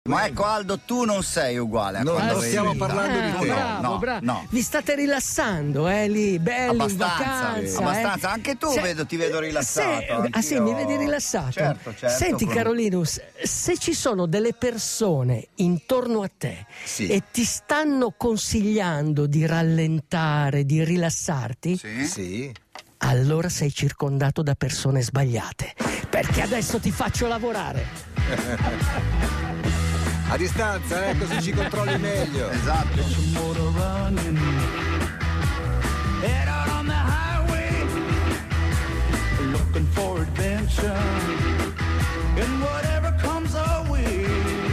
Ma ecco Aldo, tu non sei uguale a non stiamo parlando di te. Bravo. No. Vi state rilassando, lì, belli in vacanza. Abbastanza, anche tu ti vedo rilassato. Sì, mi vedi rilassato? Certo. Senti Carolinus, se ci sono delle persone intorno a te e ti stanno consigliando di rallentare, di rilassarti, sì. Allora sei circondato da persone sbagliate, perché adesso ti faccio lavorare. A distanza, così ci controlli meglio. Esatto. Head out on the highway, looking for adventure, and whatever comes our way,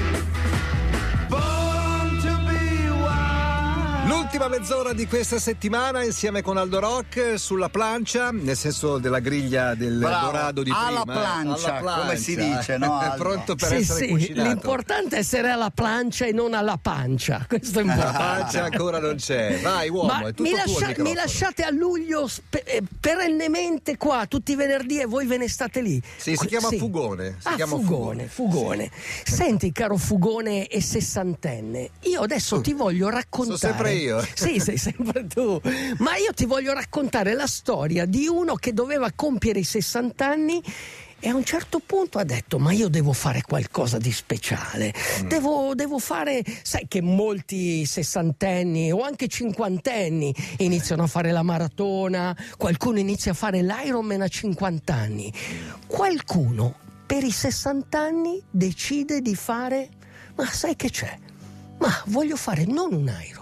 born to be wild. L'ultima mezz'ora di questa settimana insieme con Aldo Rock sulla plancia, nel senso della griglia del Dorado di alla prima. Plancia, come si dice, no? È pronto per essere cucinato. L'importante è essere alla plancia e non alla pancia. Questo è importante. La pancia ancora non c'è. Vai uomo, Ma è tutto tuo il microfono. mi lasciate a luglio perennemente qua tutti i venerdì e voi ve ne state lì. Sì, si chiama Fugone. Fugone. Senti, caro Fugone e sessantenne, io adesso ti voglio raccontare. Sono sempre io. Sì, sei sempre tu. Ma io ti voglio raccontare la storia di uno che doveva compiere i 60 anni e a un certo punto ha detto: ma io devo fare qualcosa di speciale, devo fare, sai che molti sessantenni o anche cinquantenni iniziano a fare la maratona, qualcuno inizia a fare l'Ironman a 50 anni, qualcuno per i 60 anni decide di fare, ma sai che c'è? Ma voglio fare non un Ironman,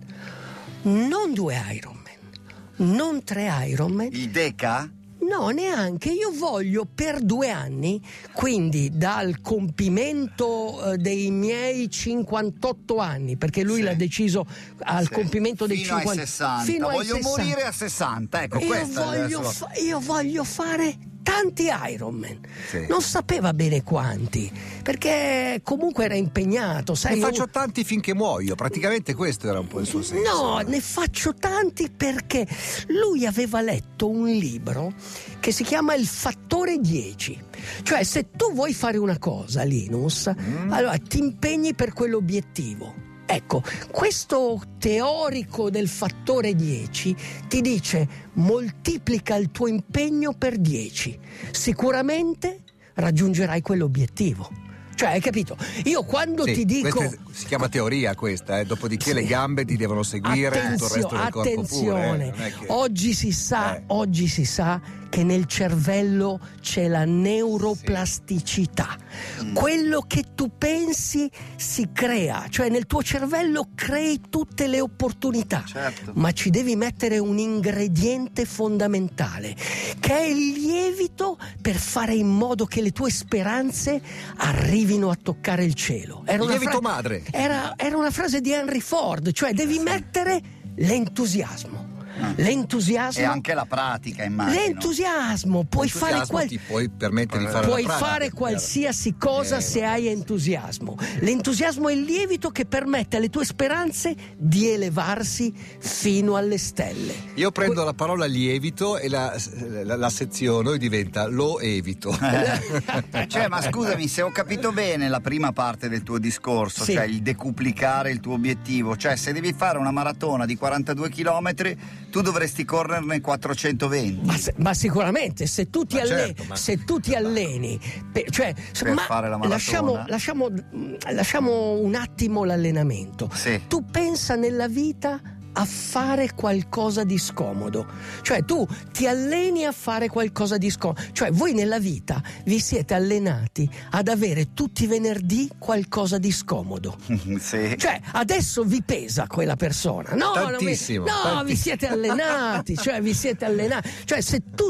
non 2 Ironman, non 3 Ironman. Il Deca? No, neanche. Io voglio per 2 anni, quindi dal compimento dei miei 58 anni, perché lui l'ha deciso al compimento dei 50 ai 60. Fino ai voglio 60. morire a 60. Ecco, Io voglio fare tanti Ironman. Sì. Non sapeva bene quanti, perché comunque era impegnato. Sai, Ne faccio tanti finché muoio, praticamente questo era un po' il suo senso. No, ne faccio tanti perché lui aveva letto un libro che si chiama Il fattore 10. Cioè, se tu vuoi fare una cosa, Linus, allora ti impegni per quell'obiettivo. Ecco, questo teorico del fattore 10 ti dice: moltiplica il tuo impegno per 10, sicuramente raggiungerai quell'obiettivo. Cioè, hai capito? Io quando ti dico... Si chiama teoria questa, dopodiché le gambe ti devono seguire, tutto il resto del corpo attenzione, pure. Che... oggi si sa che nel cervello c'è la neuroplasticità. Quello che tu pensi si crea, cioè nel tuo cervello crei tutte le opportunità, ma ci devi mettere un ingrediente fondamentale, che è il lievito per fare in modo che le tue speranze arrivino a toccare il cielo. Il lievito madre. Era una frase di Henry Ford, cioè devi mettere l'entusiasmo. L'entusiasmo e anche la pratica, immagino. L'entusiasmo, ti puoi permettere di fare puoi la pratica, fare qualsiasi cosa se hai entusiasmo. L'entusiasmo è il lievito che permette alle tue speranze di elevarsi fino alle stelle. Io prendo la parola lievito e la seziono e diventa lo evito. Cioè, ma scusami, se ho capito bene la prima parte del tuo discorso, cioè il decuplicare il tuo obiettivo, cioè se devi fare una maratona di 42 chilometri tu dovresti correrne 420. Ma sicuramente, se tu ti alleni, per fare la maratona. Lasciamo un attimo l'allenamento. Tu pensa nella vita a fare qualcosa di scomodo, cioè tu ti alleni a fare qualcosa di scomodo, cioè voi nella vita vi siete allenati ad avere tutti i venerdì qualcosa di scomodo. Cioè adesso vi pesa quella persona, tantissimo. Vi siete allenati, cioè se tu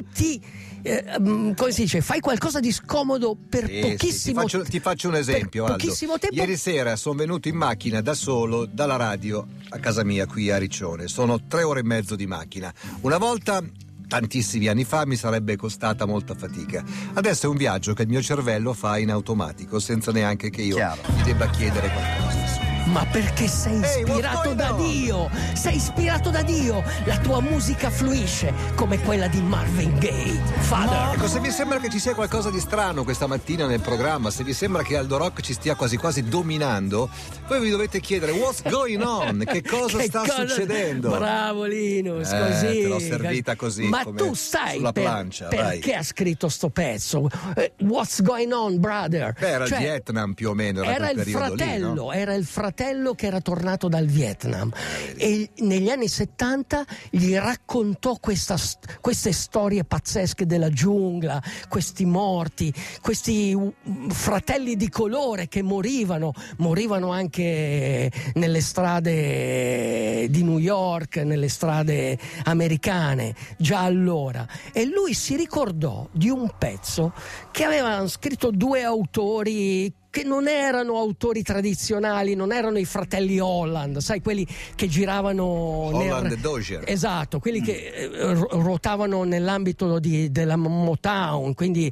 come si dice, fai qualcosa di scomodo per pochissimo tempo. Ti faccio un esempio, Aldo. Ieri sera sono venuto in macchina da solo dalla radio a casa mia qui a Riccione. Sono 3 ore e mezzo di macchina. Una volta, tantissimi anni fa, mi sarebbe costata molta fatica. Adesso è un viaggio che il mio cervello fa in automatico, senza neanche che io gli debba chiedere qualcosa. Ma perché sei ispirato da Dio? Sei ispirato da Dio. La tua musica fluisce come quella di Marvin Gaye. Father. Ecco, se vi sembra che ci sia qualcosa di strano questa mattina nel programma, se vi sembra che Aldo Rock ci stia quasi quasi dominando, voi vi dovete chiedere what's going on? Che cosa sta succedendo? Bravo Linus, così. Te l'ho servita così. Ma come tu sai sulla plancia, perché ha scritto sto pezzo? What's going on, brother? Beh, era il Vietnam più o meno. Era il fratello, lì, no? Era il fratello che era tornato dal Vietnam e negli anni 70 gli raccontò queste storie pazzesche della giungla, questi morti, questi fratelli di colore che morivano anche nelle strade di New York, nelle strade americane, già allora. E lui si ricordò di un pezzo che avevano scritto due autori che non erano autori tradizionali, non erano i fratelli Holland, sai, quelli che giravano Holland e Dozier. Esatto, quelli che ruotavano nell'ambito della Motown, quindi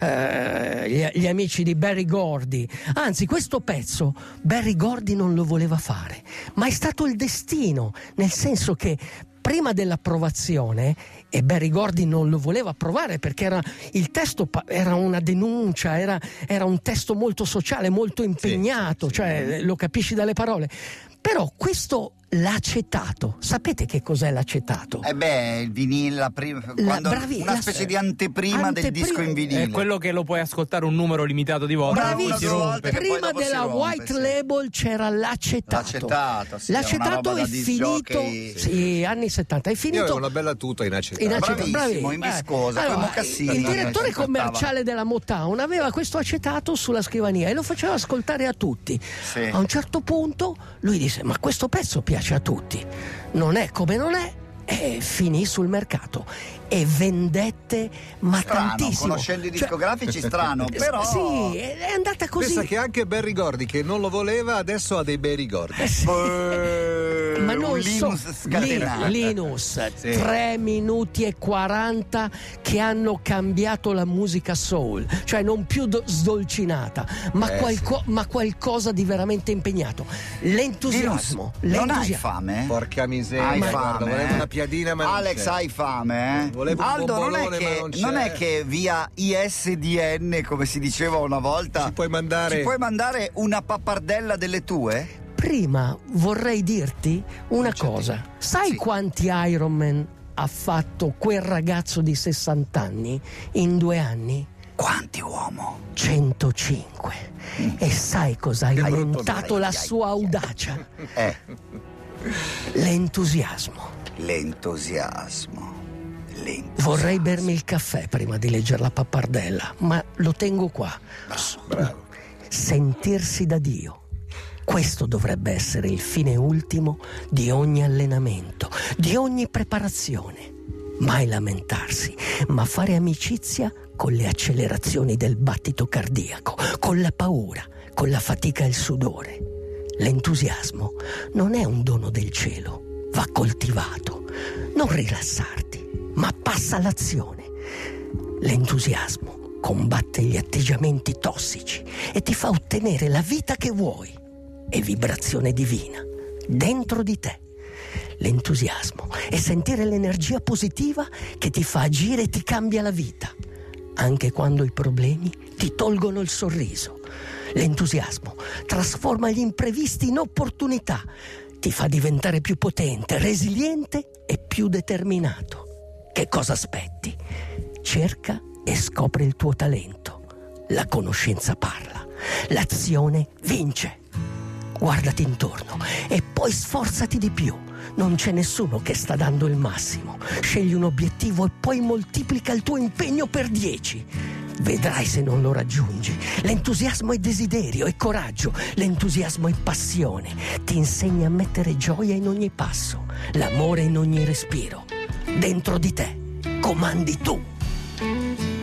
gli amici di Berry Gordy. Anzi, questo pezzo Berry Gordy non lo voleva fare, ma è stato il destino, nel senso che prima dell'approvazione, e Berry Gordy non lo voleva approvare perché il testo era una denuncia, era un testo molto sociale, molto impegnato, cioè lo capisci dalle parole. Però questo l'acetato, sapete che cos'è l'acetato? Il vinile, una specie di anteprima del disco in vinile. È quello che lo puoi ascoltare un numero limitato di volte. Bravissimo. Prima della white label c'era l'acetato. L'acetato è finito. Sì, anni 70. È finito. Io avevo una bella tuta in acetato. Bravissimo, in viscosa, con mocassini. Il direttore commerciale della Motown aveva questo acetato sulla scrivania e lo faceva ascoltare a tutti. Sì. A un certo punto lui disse: ma questo pezzo piace a tutti, non è come non è, e finì sul mercato e vendette tantissimo. Conoscendo i discografici strano, però sì, è andata così. Pensa che anche Berry Gordy, che non lo voleva, adesso ha dei Berry Gordy. Sì. Ma non Linus, sì. 3 minuti e 40 che hanno cambiato la musica soul, cioè non più sdolcinata, ma qualcosa di veramente impegnato. L'entusiasmo. Non hai fame? Porca miseria, hai fame, guarda, volevo una piadina, ma Alex, non hai fame? Volevo un Aldo, bombolone, non è che via ISDN, come si diceva una volta, ci puoi mandare una pappardella delle tue? Prima vorrei dirti una cosa. Sai quanti Ironman ha fatto quel ragazzo di 60 anni in 2 anni? Quanti, uomo? 105. E sai cosa ha aumentato la sua audacia? L'entusiasmo. Vorrei bermi il caffè prima di leggere la pappardella, ma lo tengo qua. Bravo. Sentirsi da Dio. Questo dovrebbe essere il fine ultimo di ogni allenamento, di ogni preparazione. Mai lamentarsi, ma fare amicizia con le accelerazioni del battito cardiaco, con la paura, con la fatica e il sudore. L'entusiasmo non è un dono del cielo, va coltivato. Non rilassarti, ma passa all'azione. L'entusiasmo combatte gli atteggiamenti tossici e ti fa ottenere la vita che vuoi. È vibrazione divina dentro di te. L'entusiasmo è sentire l'energia positiva che ti fa agire e ti cambia la vita, anche quando i problemi ti tolgono il sorriso. L'entusiasmo trasforma gli imprevisti in opportunità, ti fa diventare più potente, resiliente e più determinato. Che cosa aspetti? Cerca e scopri il tuo talento. La conoscenza parla, l'azione vince. Guardati intorno e poi sforzati di più. Non c'è nessuno che sta dando il massimo. Scegli un obiettivo e poi moltiplica il tuo impegno per 10. Vedrai se non lo raggiungi. L'entusiasmo è desiderio, è coraggio. L'entusiasmo è passione. Ti insegna a mettere gioia in ogni passo, l'amore in ogni respiro. Dentro di te comandi tu.